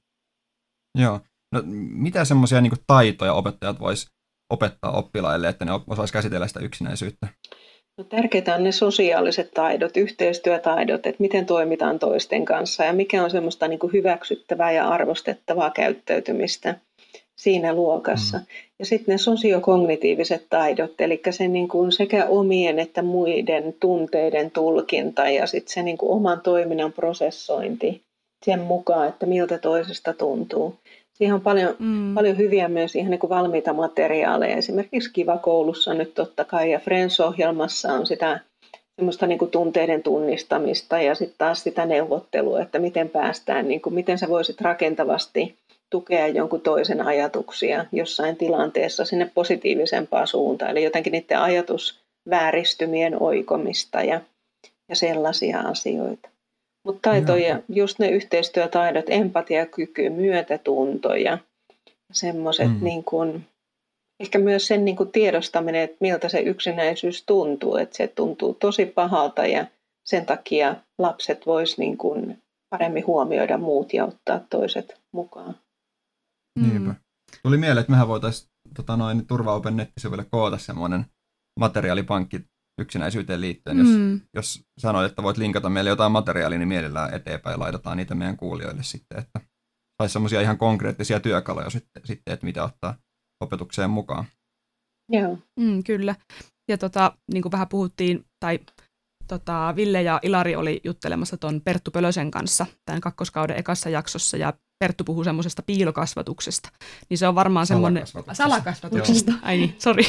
Joo. No, mitä semmoisia niin kuin taitoja opettajat vois opettaa oppilaille, että ne osaisi käsitellä sitä yksinäisyyttä? No, tärkeitä on ne sosiaaliset taidot, yhteistyötaidot, että miten toimitaan toisten kanssa ja mikä on semmoista niin kuin hyväksyttävää ja arvostettavaa käyttäytymistä. siinä luokassa. Mm. Ja sitten ne sosiokognitiiviset taidot, eli se niin kuin sekä omien että muiden tunteiden tulkinta ja sitten se niin kuin oman toiminnan prosessointi sen mukaan, että miltä toisesta tuntuu. Siihen on paljon, mm. paljon hyviä myös ihan niin kuin valmiita materiaaleja. Esimerkiksi Kiva koulussa nyt totta kai ja Friends-ohjelmassa on sitä semmoista niin kuin tunteiden tunnistamista ja sitten taas sitä neuvottelua, että miten päästään, niin kuin, miten sä voisit rakentavasti tukea jonkun toisen ajatuksia jossain tilanteessa sinne positiivisempaan suuntaan. Eli jotenkin niiden ajatusvääristymien oikomista ja, ja sellaisia asioita. Mutta taitoja, just ne yhteistyötaidot, empatiakyky, myötätunto ja semmoiset, mm. niin kuin, ehkä myös sen niin kuin tiedostaminen, että miltä se yksinäisyys tuntuu. Että se tuntuu tosi pahalta ja sen takia lapset vois niin kuin paremmin huomioida muut ja ottaa toiset mukaan. Niinpä. Tuli mieleen, että mehän voitaisiin tota noin, Turva-Open nettisivuille koota semmoinen materiaalipankki yksinäisyyteen liittyen. Jos, mm. jos sanoit, että voit linkata meille jotain materiaalia, niin mielellään eteenpäin laitetaan niitä meidän kuulijoille sitten, että saisi semmoisia ihan konkreettisia työkaluja sitten, sitten, että mitä ottaa opetukseen mukaan. Joo. Mm, kyllä. Ja tota, niin kuin vähän puhuttiin, tai tota, Ville ja Ilari oli juttelemassa tuon Perttu Pölösen kanssa tämän kakkoskauden ekassa jaksossa, ja Perttu puhuu semmoisesta piilokasvatuksesta, niin se on varmaan semmoinen salakasvatuksesta. Ai niin, sori.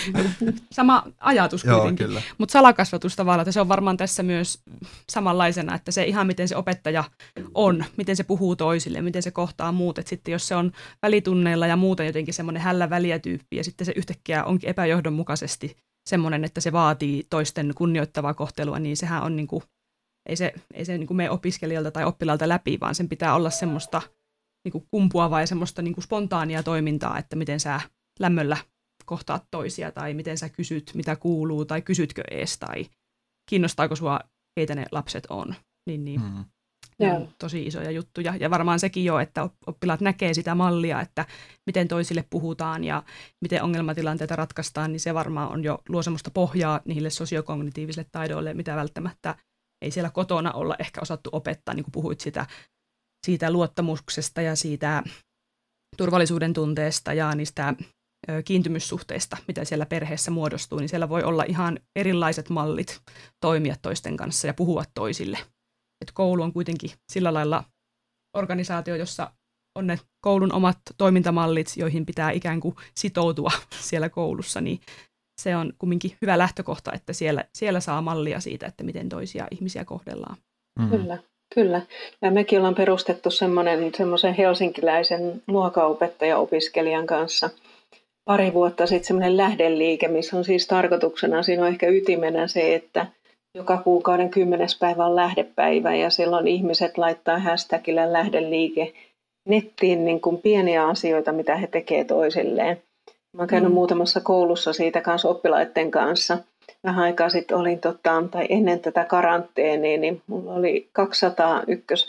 Sama ajatus kuitenkin. Mutta salakasvatus tavallaan, että se on varmaan tässä myös samanlaisena, että se ihan miten se opettaja on, miten se puhuu toisille, miten se kohtaa muut. Et sitten jos se on välitunneilla ja muuten jotenkin semmoinen hällä väliä tyyppi ja sitten se yhtäkkiä onkin epäjohdonmukaisesti semmoinen, että se vaatii toisten kunnioittavaa kohtelua, niin sehän on niinku, ei se, ei se niinku mene opiskelijalta tai oppilaalta läpi, vaan sen pitää olla semmoista niinku kumpuavaa ja semmoista niinku spontaania toimintaa, että miten sä lämmöllä kohtaat toisia tai miten sä kysyt, mitä kuuluu tai kysytkö ees tai kiinnostaako sua, keitä ne lapset on. Niin, niin. Mm. Ne on tosi isoja juttuja ja varmaan sekin jo, että oppilaat näkee sitä mallia, että miten toisille puhutaan ja miten ongelmatilanteita ratkaistaan, niin se varmaan on jo luo semmoista pohjaa niille sosiokognitiivisille taidoille, mitä välttämättä ei siellä kotona olla ehkä osattu opettaa, niin kuin puhuit sitä, siitä luottamuksesta ja siitä turvallisuuden tunteesta ja niistä kiintymyssuhteista, mitä siellä perheessä muodostuu, niin siellä voi olla ihan erilaiset mallit toimia toisten kanssa ja puhua toisille. Et koulu on kuitenkin sillä lailla organisaatio, jossa on ne koulun omat toimintamallit, joihin pitää ikään kuin sitoutua siellä koulussa, niin se on kumminkin hyvä lähtökohta, että siellä, siellä saa mallia siitä, että miten toisia ihmisiä kohdellaan. Mm. Kyllä, kyllä. Ja mekin ollaan perustettu semmoisen helsinkiläisen luokanopettaja-opiskelijan kanssa pari vuotta sitten semmoinen lähdeliike, missä on siis tarkoituksena, siinä on ehkä ytimenä se, että joka kuukauden kymmenes päivä on lähdepäivä ja silloin ihmiset laittaa hashtagillä lähdeliike nettiin niin kuin pieniä asioita, mitä he tekevät toisilleen. Mä oon käynyt mm. muutamassa koulussa siitä kanssa oppilaiden kanssa. Vähän aikaa sitten olin, tota, tai ennen tätä karanteenia, niin mulla oli kaksisataa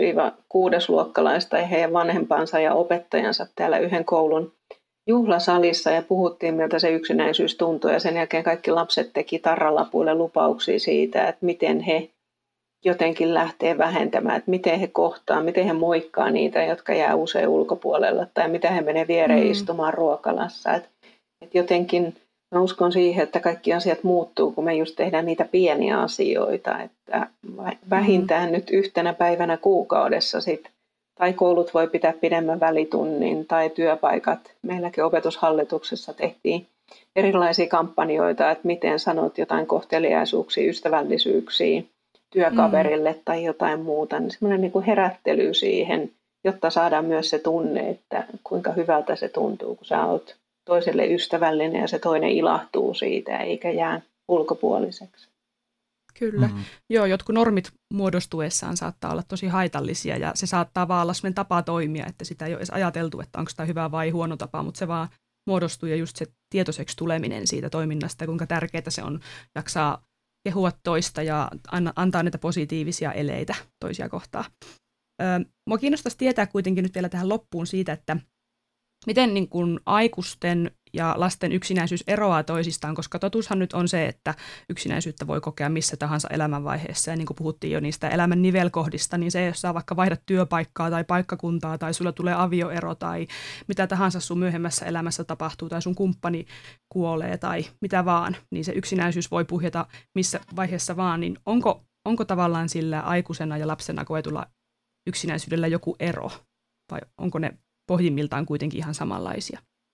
ykkös-kuudesluokkalaista ja heidän vanhempansa ja opettajansa täällä yhden koulun juhlasalissa ja puhuttiin, miltä se yksinäisyys tuntui. Ja sen jälkeen kaikki lapset teki tarralapuille lupauksia siitä, että miten he jotenkin lähtee vähentämään, että miten he kohtaa, miten he moikkaa niitä, jotka jää usein ulkopuolella, tai mitä he menee viereen mm. istumaan ruokalassa. Että et jotenkin mä uskon siihen, että kaikki asiat muuttuu, kun me just tehdään niitä pieniä asioita, että vähintään mm. nyt yhtenä päivänä kuukaudessa sit, tai koulut voi pitää pidemmän välitunnin, tai työpaikat. Meilläkin opetushallituksessa tehtiin erilaisia kampanjoita, että miten sanot jotain kohteliaisuuksia, ystävällisyyksiä työkaverille mm. tai jotain muuta, niin semmoinen niin kuin herättely siihen, jotta saadaan myös se tunne, että kuinka hyvältä se tuntuu, kun sä oot toiselle ystävällinen ja se toinen ilahtuu siitä eikä jää ulkopuoliseksi. Kyllä. Mm. Joo, jotkut normit muodostuessaan saattaa olla tosi haitallisia ja se saattaa vaan olla sellainen tapa toimia, että sitä ei ole edes ajateltu, että onko tämä hyvä vai huono tapa, mutta se vaan muodostuu ja just se tietoiseksi tuleminen siitä toiminnasta ja kuinka tärkeää se on jaksaa kehua toista ja antaa niitä positiivisia eleitä toisia kohtaan. Öö, mua kiinnostaisi tietää kuitenkin nyt vielä tähän loppuun siitä, että miten niin kuin aikuisten ja lasten yksinäisyys eroaa toisistaan, koska totuushan nyt on se, että yksinäisyyttä voi kokea missä tahansa elämänvaiheessa. Ja niin kuin puhuttiin jo niistä elämän nivelkohdista, niin se, jos sä vaikka vaihdat työpaikkaa tai paikkakuntaa tai sulla tulee avioero tai mitä tahansa sun myöhemmässä elämässä tapahtuu tai sun kumppani kuolee tai mitä vaan, niin se yksinäisyys voi puhjeta missä vaiheessa vaan. Niin onko, onko tavallaan sillä aikuisena ja lapsena koetulla yksinäisyydellä joku ero vai onko ne pohjimmiltaan kuitenkin ihan samanlaisia?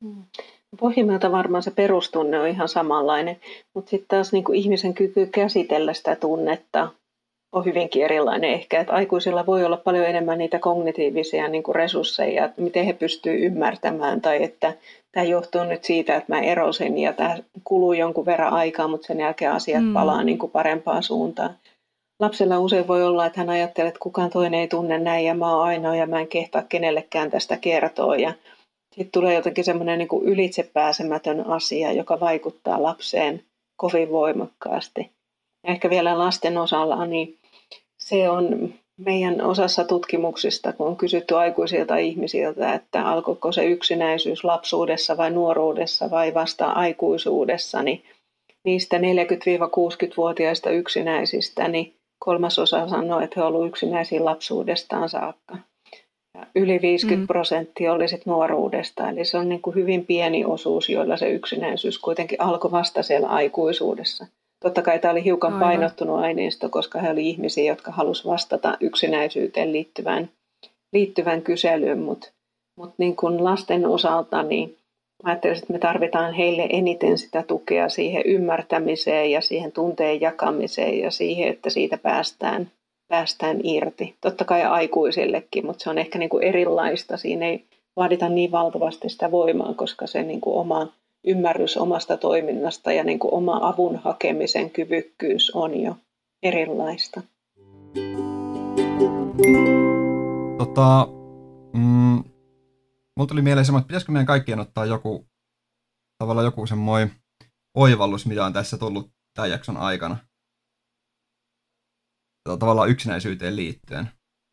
Pohjimmilta varmaan se perustunne on ihan samanlainen, mutta sitten taas niin kuin ihmisen kyky käsitellä sitä tunnetta on hyvinkin erilainen ehkä. Että aikuisilla voi olla paljon enemmän niitä kognitiivisia niin kuin resursseja, että miten he pystyvät ymmärtämään tai että tämä johtuu nyt siitä, että mä erosin ja tämä kuluu jonkun verran aikaa, mutta sen jälkeen asiat mm. palaa niin kuin parempaan suuntaan. Lapsella usein voi olla, että hän ajattelee, että kukaan toinen ei tunne näin ja mä oon ainoa ja mä en kehtaa kenellekään tästä kertoa. Ja sitten tulee jotenkin semmoinen niin kuin ylitsepääsemätön asia, joka vaikuttaa lapseen kovin voimakkaasti. Ja ehkä vielä lasten osalla, niin se on meidän osassa tutkimuksista, kun on kysytty aikuisilta ihmisiltä, että alkoiko se yksinäisyys lapsuudessa vai nuoruudessa vai vasta aikuisuudessa, niin niistä neljäkymmentä-kuusikymmentävuotiaista yksinäisistä, niin kolmasosa sanoi, että he ovat olleet yksinäisiä lapsuudestaan saakka. Ja yli viisikymmentä prosenttia oli sit nuoruudesta, eli se on niin kuin hyvin pieni osuus, joilla se yksinäisyys kuitenkin alkoi vasta siellä aikuisuudessa. Totta kai tämä oli hiukan Aivan. painottunut aineisto, koska he olivat ihmisiä, jotka halusivat vastata yksinäisyyteen liittyvään, liittyvään kyselyyn, mutta mut niin kuin lasten osalta niin mä ajattelisin, että me tarvitaan heille eniten sitä tukea siihen ymmärtämiseen ja siihen tunteen jakamiseen ja siihen, että siitä päästään, päästään irti. Totta kai aikuisillekin, mutta se on ehkä niin kuin erilaista. Siinä ei vaadita niin valtavasti sitä voimaa, koska se niin kuin oma ymmärrys omasta toiminnasta ja niin kuin oma avun hakemisen kyvykkyys on jo erilaista. Tota, mm, mulla tuli mieleen semmoinen, että pitäisikö meidän kaikkien ottaa joku, tavallaan joku semmoinen oivallus, mitä on tässä tullut tämän jakson aikana. Tavallaan yksinäisyyteen liittyen.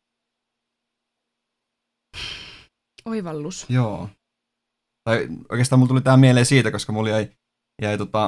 Oivallus? Joo. Tai oikeastaan mulla tuli tämä mieleen siitä, koska mulla jäi, jäi tota,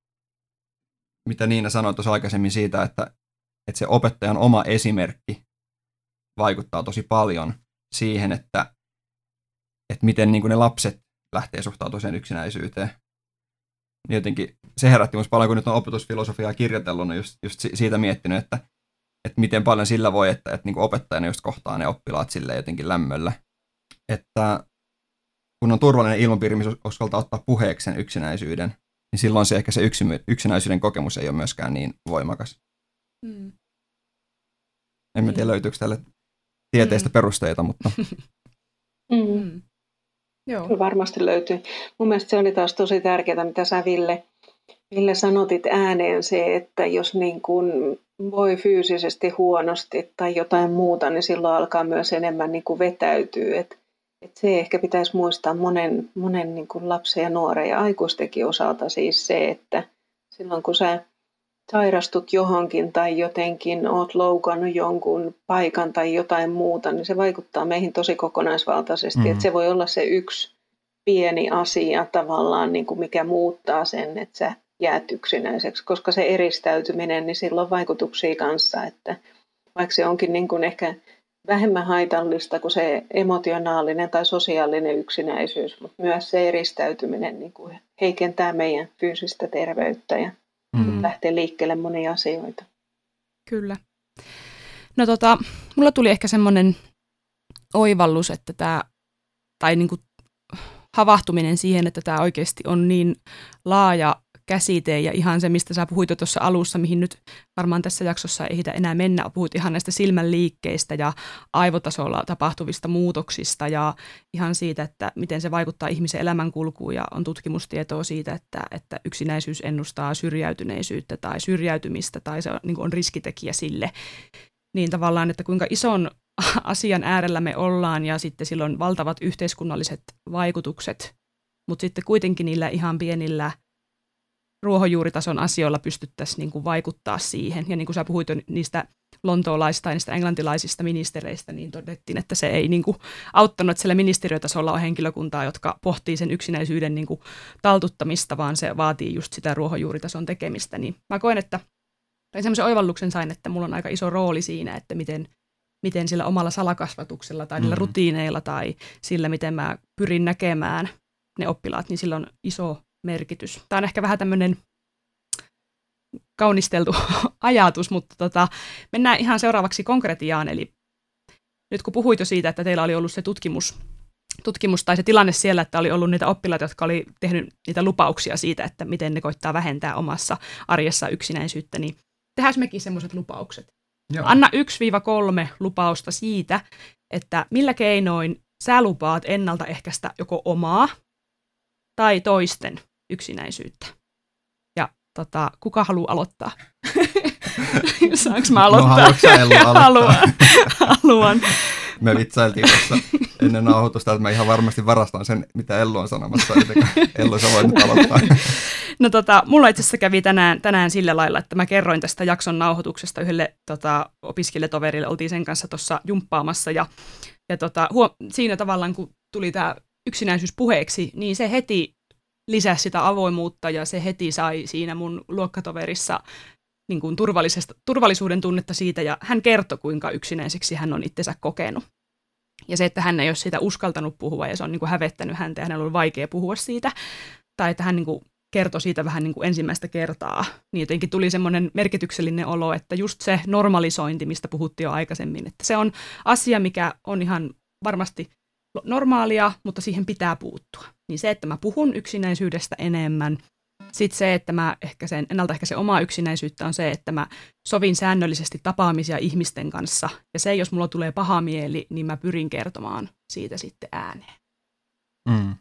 mitä Niina sanoi tuossa aikaisemmin siitä, että, että se opettajan oma esimerkki vaikuttaa tosi paljon siihen, että, että miten niin kuin ne lapset lähtee suhtautumaan sen yksinäisyyteen. Jotenkin se herätti minusta paljon, kun nyt on opetusfilosofiaa kirjoitellut, niin just, just siitä miettinyt, että, että miten paljon sillä voi, että, että niin kuin opettajana just kohtaa ne oppilaat silleen jotenkin lämmöllä. Että kun on turvallinen ilmapiiri, missä uskaltaa ottaa puheeksi sen yksinäisyyden, niin silloin se ehkä se yksinäisyyden kokemus ei ole myöskään niin voimakas. Mm. En tiedä, löytyykö tälle tieteistä mm. perusteita, mutta... Mm. Joo. Kyllä varmasti löytyy. Mun mielestä se oli taas tosi tärkeää, mitä sä Ville, Ville sanotit ääneen se, että jos niin kuin voi fyysisesti huonosti tai jotain muuta, niin silloin alkaa myös enemmän niin kuin vetäytyä. Et, et se ehkä pitäisi muistaa monen, monen niin kuin lapsen ja nuoren ja aikuistenkin osalta siis se, että silloin kun sä sairastut johonkin tai jotenkin oot loukannut jonkun paikan tai jotain muuta, niin se vaikuttaa meihin tosi kokonaisvaltaisesti. Mm-hmm. Että se voi olla se yksi pieni asia tavallaan, niin kuin mikä muuttaa sen, että sä jäät yksinäiseksi, koska se eristäytyminen, niin sillä on vaikutuksia kanssa, että vaikka se onkin niin kuin ehkä vähemmän haitallista kuin se emotionaalinen tai sosiaalinen yksinäisyys, mutta myös se eristäytyminen niin kuin heikentää meidän fyysistä terveyttä ja mm. lähtee liikkeelle monia asioita. Kyllä. No tota, mulla tuli ehkä semmoinen oivallus, että tämä, tai niin kuin havahtuminen siihen, että tämä oikeasti on niin laaja käsite ja ihan se, mistä sä puhuit jo tuossa alussa, mihin nyt varmaan tässä jaksossa ei ehditä enää mennä, puhut ihan näistä silmän liikkeistä ja aivotasolla tapahtuvista muutoksista ja ihan siitä, että miten se vaikuttaa ihmisen elämänkulkuun ja on tutkimustietoa siitä, että, että yksinäisyys ennustaa syrjäytyneisyyttä tai syrjäytymistä tai se on, niin kuin on riskitekijä sille. Niin tavallaan, että kuinka ison asian äärellä me ollaan ja sitten sillä on valtavat yhteiskunnalliset vaikutukset, mutta sitten kuitenkin niillä ihan pienillä ruohonjuuritason asioilla pystyttäisiin niin kuin vaikuttaa siihen. Ja niin kuin sä puhuit jo niistä lontoolaisista tai niistä englantilaisista ministereistä, niin todettiin, että se ei niin kuin auttanut, että siellä ministeriötasolla on henkilökuntaa, jotka pohtii sen yksinäisyyden niin kuin taltuttamista, vaan se vaatii just sitä ruohonjuuritason tekemistä. Niin mä koen, että tai semmoisen oivalluksen sain, että mulla on aika iso rooli siinä, että miten, miten sillä omalla salakasvatuksella tai niillä mm-hmm. rutiineilla tai sillä, miten mä pyrin näkemään ne oppilaat, niin sillä on iso merkitys. Tämä on ehkä vähän tämmöinen kaunisteltu ajatus, mutta tota, mennään ihan seuraavaksi konkretiaan. Eli nyt kun puhuit jo siitä, että teillä oli ollut se tutkimus, tutkimus tai se tilanne siellä, että oli ollut niitä oppilaita, jotka oli tehnyt niitä lupauksia siitä, että miten ne koittaa vähentää omassa arjessa yksinäisyyttä, niin tehdään mekin semmoiset lupaukset. Joo. Anna yksi kolme lupausta siitä, että millä keinoin sä lupaat ennaltaehkäistä joko omaa tai toisten yksinäisyyttä. Ja tota, kuka haluaa aloittaa? Saanko mä aloittaa? No haluatko sä Ellu aloittaa? Haluan. Haluan. Me vitsailtiin tuossa ennen nauhoitusta, että mä ihan varmasti varastan sen, mitä Ellu on sanomassa. Ellu, sä voit nyt aloittaa. No tota, mulla itse asiassa kävi tänään, tänään sillä lailla, että mä kerroin tästä jakson nauhoituksesta yhdelle tota, opiskelijatoverille, oltiin sen kanssa tuossa jumppaamassa, ja, ja tota, huo, siinä tavallaan, kun tuli tämä yksinäisyys puheeksi, niin se heti lisäsi sitä avoimuutta, ja se heti sai siinä mun luokkatoverissa niin kuin turvallisuuden tunnetta siitä, ja hän kertoi, kuinka yksinäiseksi hän on itsensä kokenut. Ja se, että hän ei ole siitä uskaltanut puhua, ja se on niin kuin hävettänyt häntä, ja hänellä on ollut vaikea puhua siitä, tai että hän niin kuin kertoi siitä vähän niin kuin ensimmäistä kertaa, niin jotenkin tuli semmoinen merkityksellinen olo, että just se normalisointi, mistä puhuttiin jo aikaisemmin, että se on asia, mikä on ihan varmasti normaalia, mutta siihen pitää puuttua. Niin se, että mä puhun yksinäisyydestä enemmän, sitten se, että mä ehkä sen, ennaltaehkäisen omaa yksinäisyyttä on se, että mä sovin säännöllisesti tapaamisia ihmisten kanssa, ja se, jos mulla tulee paha mieli, niin mä pyrin kertomaan siitä sitten ääneen. Mm.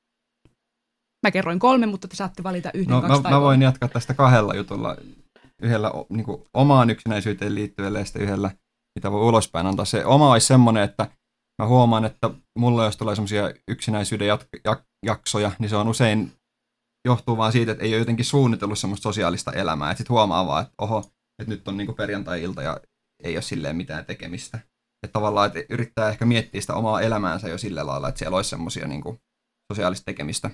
Mä kerroin kolme, mutta te saatte valita yhden, no, kaksi mä, tai mä voin jatkaa tästä kahdella jutulla. Yhdellä niin kuin omaan yksinäisyyteen liittyvällä ja sitten yhdellä, mitä voi ulospäin antaa. Se oma olisi semmoinen, että mä huomaan, että mulla jos tulee semmoisia yksinäisyyden jat- jak- jaksoja, niin se on usein johtuu vaan siitä, että ei ole jotenkin suunnitellut semmoista sosiaalista elämää. Että sit huomaa vaan, että oho, että nyt on niin kuin perjantai-ilta ja ei ole silleen mitään tekemistä. Että tavallaan että yrittää ehkä miettiä sitä omaa elämäänsä jo sillä lailla, että siellä olisi semmoisia niin kuin sosiaalista tekemistä.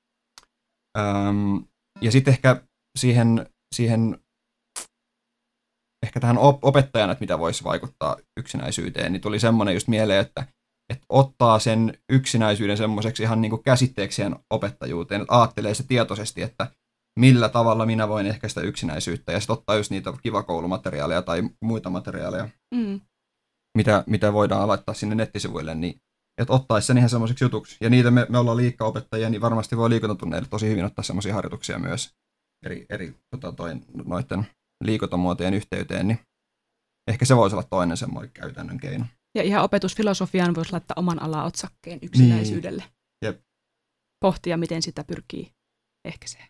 Öm, ja sitten ehkä siihen, siihen ehkä tähän op- opettajana, että mitä voisi vaikuttaa yksinäisyyteen, niin tuli semmoinen just mieleen, että, että ottaa sen yksinäisyyden semmoiseksi ihan niin kuin käsitteeksi siihen opettajuuteen, että ajattelee se tietoisesti, että millä tavalla minä voin ehkäistä yksinäisyyttä, ja sitten ottaa just niitä kivakoulumateriaaleja tai muita materiaaleja, mm. mitä, mitä voidaan laittaa sinne nettisivuille, niin että ottaisi sen ihan semmoiseksi jutuksi. Ja niitä me, me ollaan liikkaopettajia, niin varmasti voi liikuntatunneille tosi hyvin ottaa semmoisia harjoituksia myös eri, eri tota, toi, noiden liikuntamuotojen yhteyteen, niin ehkä se voisi olla toinen semmoinen käytännön keino. Ja ihan opetusfilosofiaan voisi laittaa oman alaotsakkeen yksinäisyydelle. Niin. Jep. Pohtia, miten sitä pyrkii ehkäiseen.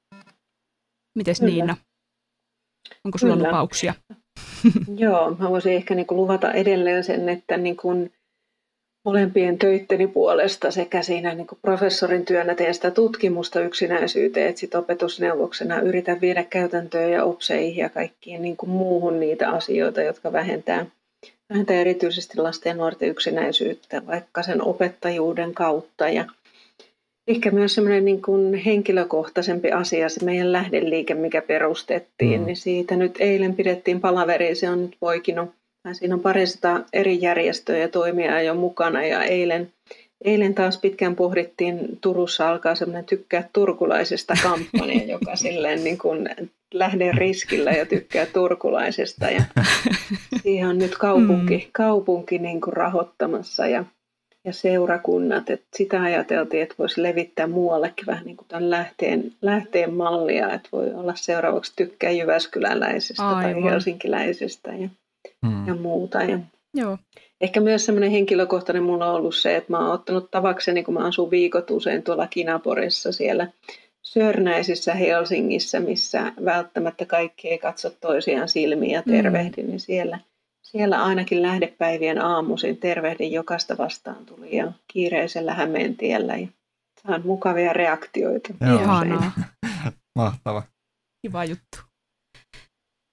Mites Kyllä. Niina? Onko sulla Kyllä. lupauksia? Joo, mä voisin ehkä niin kuin luvata edelleen sen, että niin kuin molempien töitteni puolesta sekä siinä niin kuin professorin työnä teen sitä tutkimusta yksinäisyyteen, että sit opetusneuvoksena yritän viedä käytäntöön ja opseihin ja kaikkiin niin kuin muuhun niitä asioita, jotka vähentää, vähentää erityisesti lasten ja nuorten yksinäisyyttä, vaikka sen opettajuuden kautta. Ja ehkä myös semmoinen niin kuin henkilökohtaisempi asia, se meidän lähdeliike, mikä perustettiin, mm. niin siitä nyt eilen pidettiin palaveri, se on nyt poikinut. Siinä on parista eri järjestöjä ja toimijaa jo mukana, ja eilen, eilen taas pitkään pohdittiin, Turussa alkaa semmoinen tykkää turkulaisesta kampanja, joka silleen niin kuin lähde riskillä ja tykkää turkulaisesta, ja siihen on nyt kaupunki, kaupunki niin kuin rahoittamassa ja, ja seurakunnat, että sitä ajateltiin, että voisi levittää muuallekin vähän niin kuin tämän lähteen, lähteen mallia, että voi olla seuraavaksi tykkää jyväskyläläisestä Aivan. tai helsinkiläisestä ja Hmm. ja muuta. Ja Joo. Ehkä myös semmoinen henkilökohtainen mulla on ollut se, että mä oon ottanut tavakseni, kun mä asun viikot usein tuolla Kinaporissa siellä Sörnäisissä Helsingissä, missä välttämättä kaikki ei katso toisiaan silmiin ja tervehdi, hmm. niin siellä, siellä ainakin lähdepäivien aamuisin tervehdin jokaista vastaan tuli ja kiireisellä Hämeentiellä ja saan mukavia reaktioita. Ihanaa. Mahtava. Kiva juttu.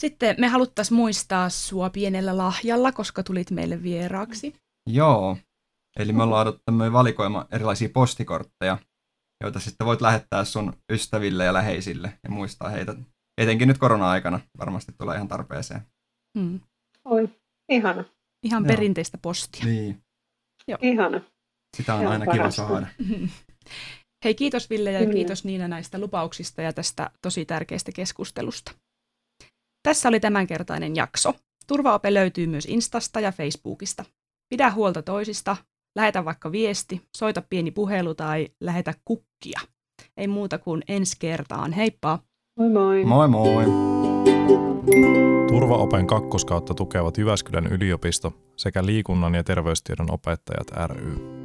Sitten me haluttaisiin muistaa sua pienellä lahjalla, koska tulit meille vieraaksi. Joo, eli me ollaan laadittu tämmöinen valikoima erilaisia postikortteja, joita sitten voit lähettää sun ystäville ja läheisille ja muistaa heitä. Etenkin nyt korona-aikana varmasti tulee ihan tarpeeseen. Hmm. Oi, ihana. Ihan Joo. perinteistä postia. Niin, Joo. Ihana. sitä on Joo, aina kiva parasta. saada. Hei, kiitos Ville ja Kyllä. kiitos Niina näistä lupauksista ja tästä tosi tärkeästä keskustelusta. Tässä oli tämänkertainen jakso. Turvaope löytyy myös Instasta ja Facebookista. Pidä huolta toisista, lähetä vaikka viesti, soita pieni puhelu tai lähetä kukkia. Ei muuta kuin ensi kertaan. Heippa! Moi moi. Moi moi! Turvaopen kakkoskautta tukevat Jyväskylän yliopisto sekä liikunnan ja terveystiedon opettajat ry.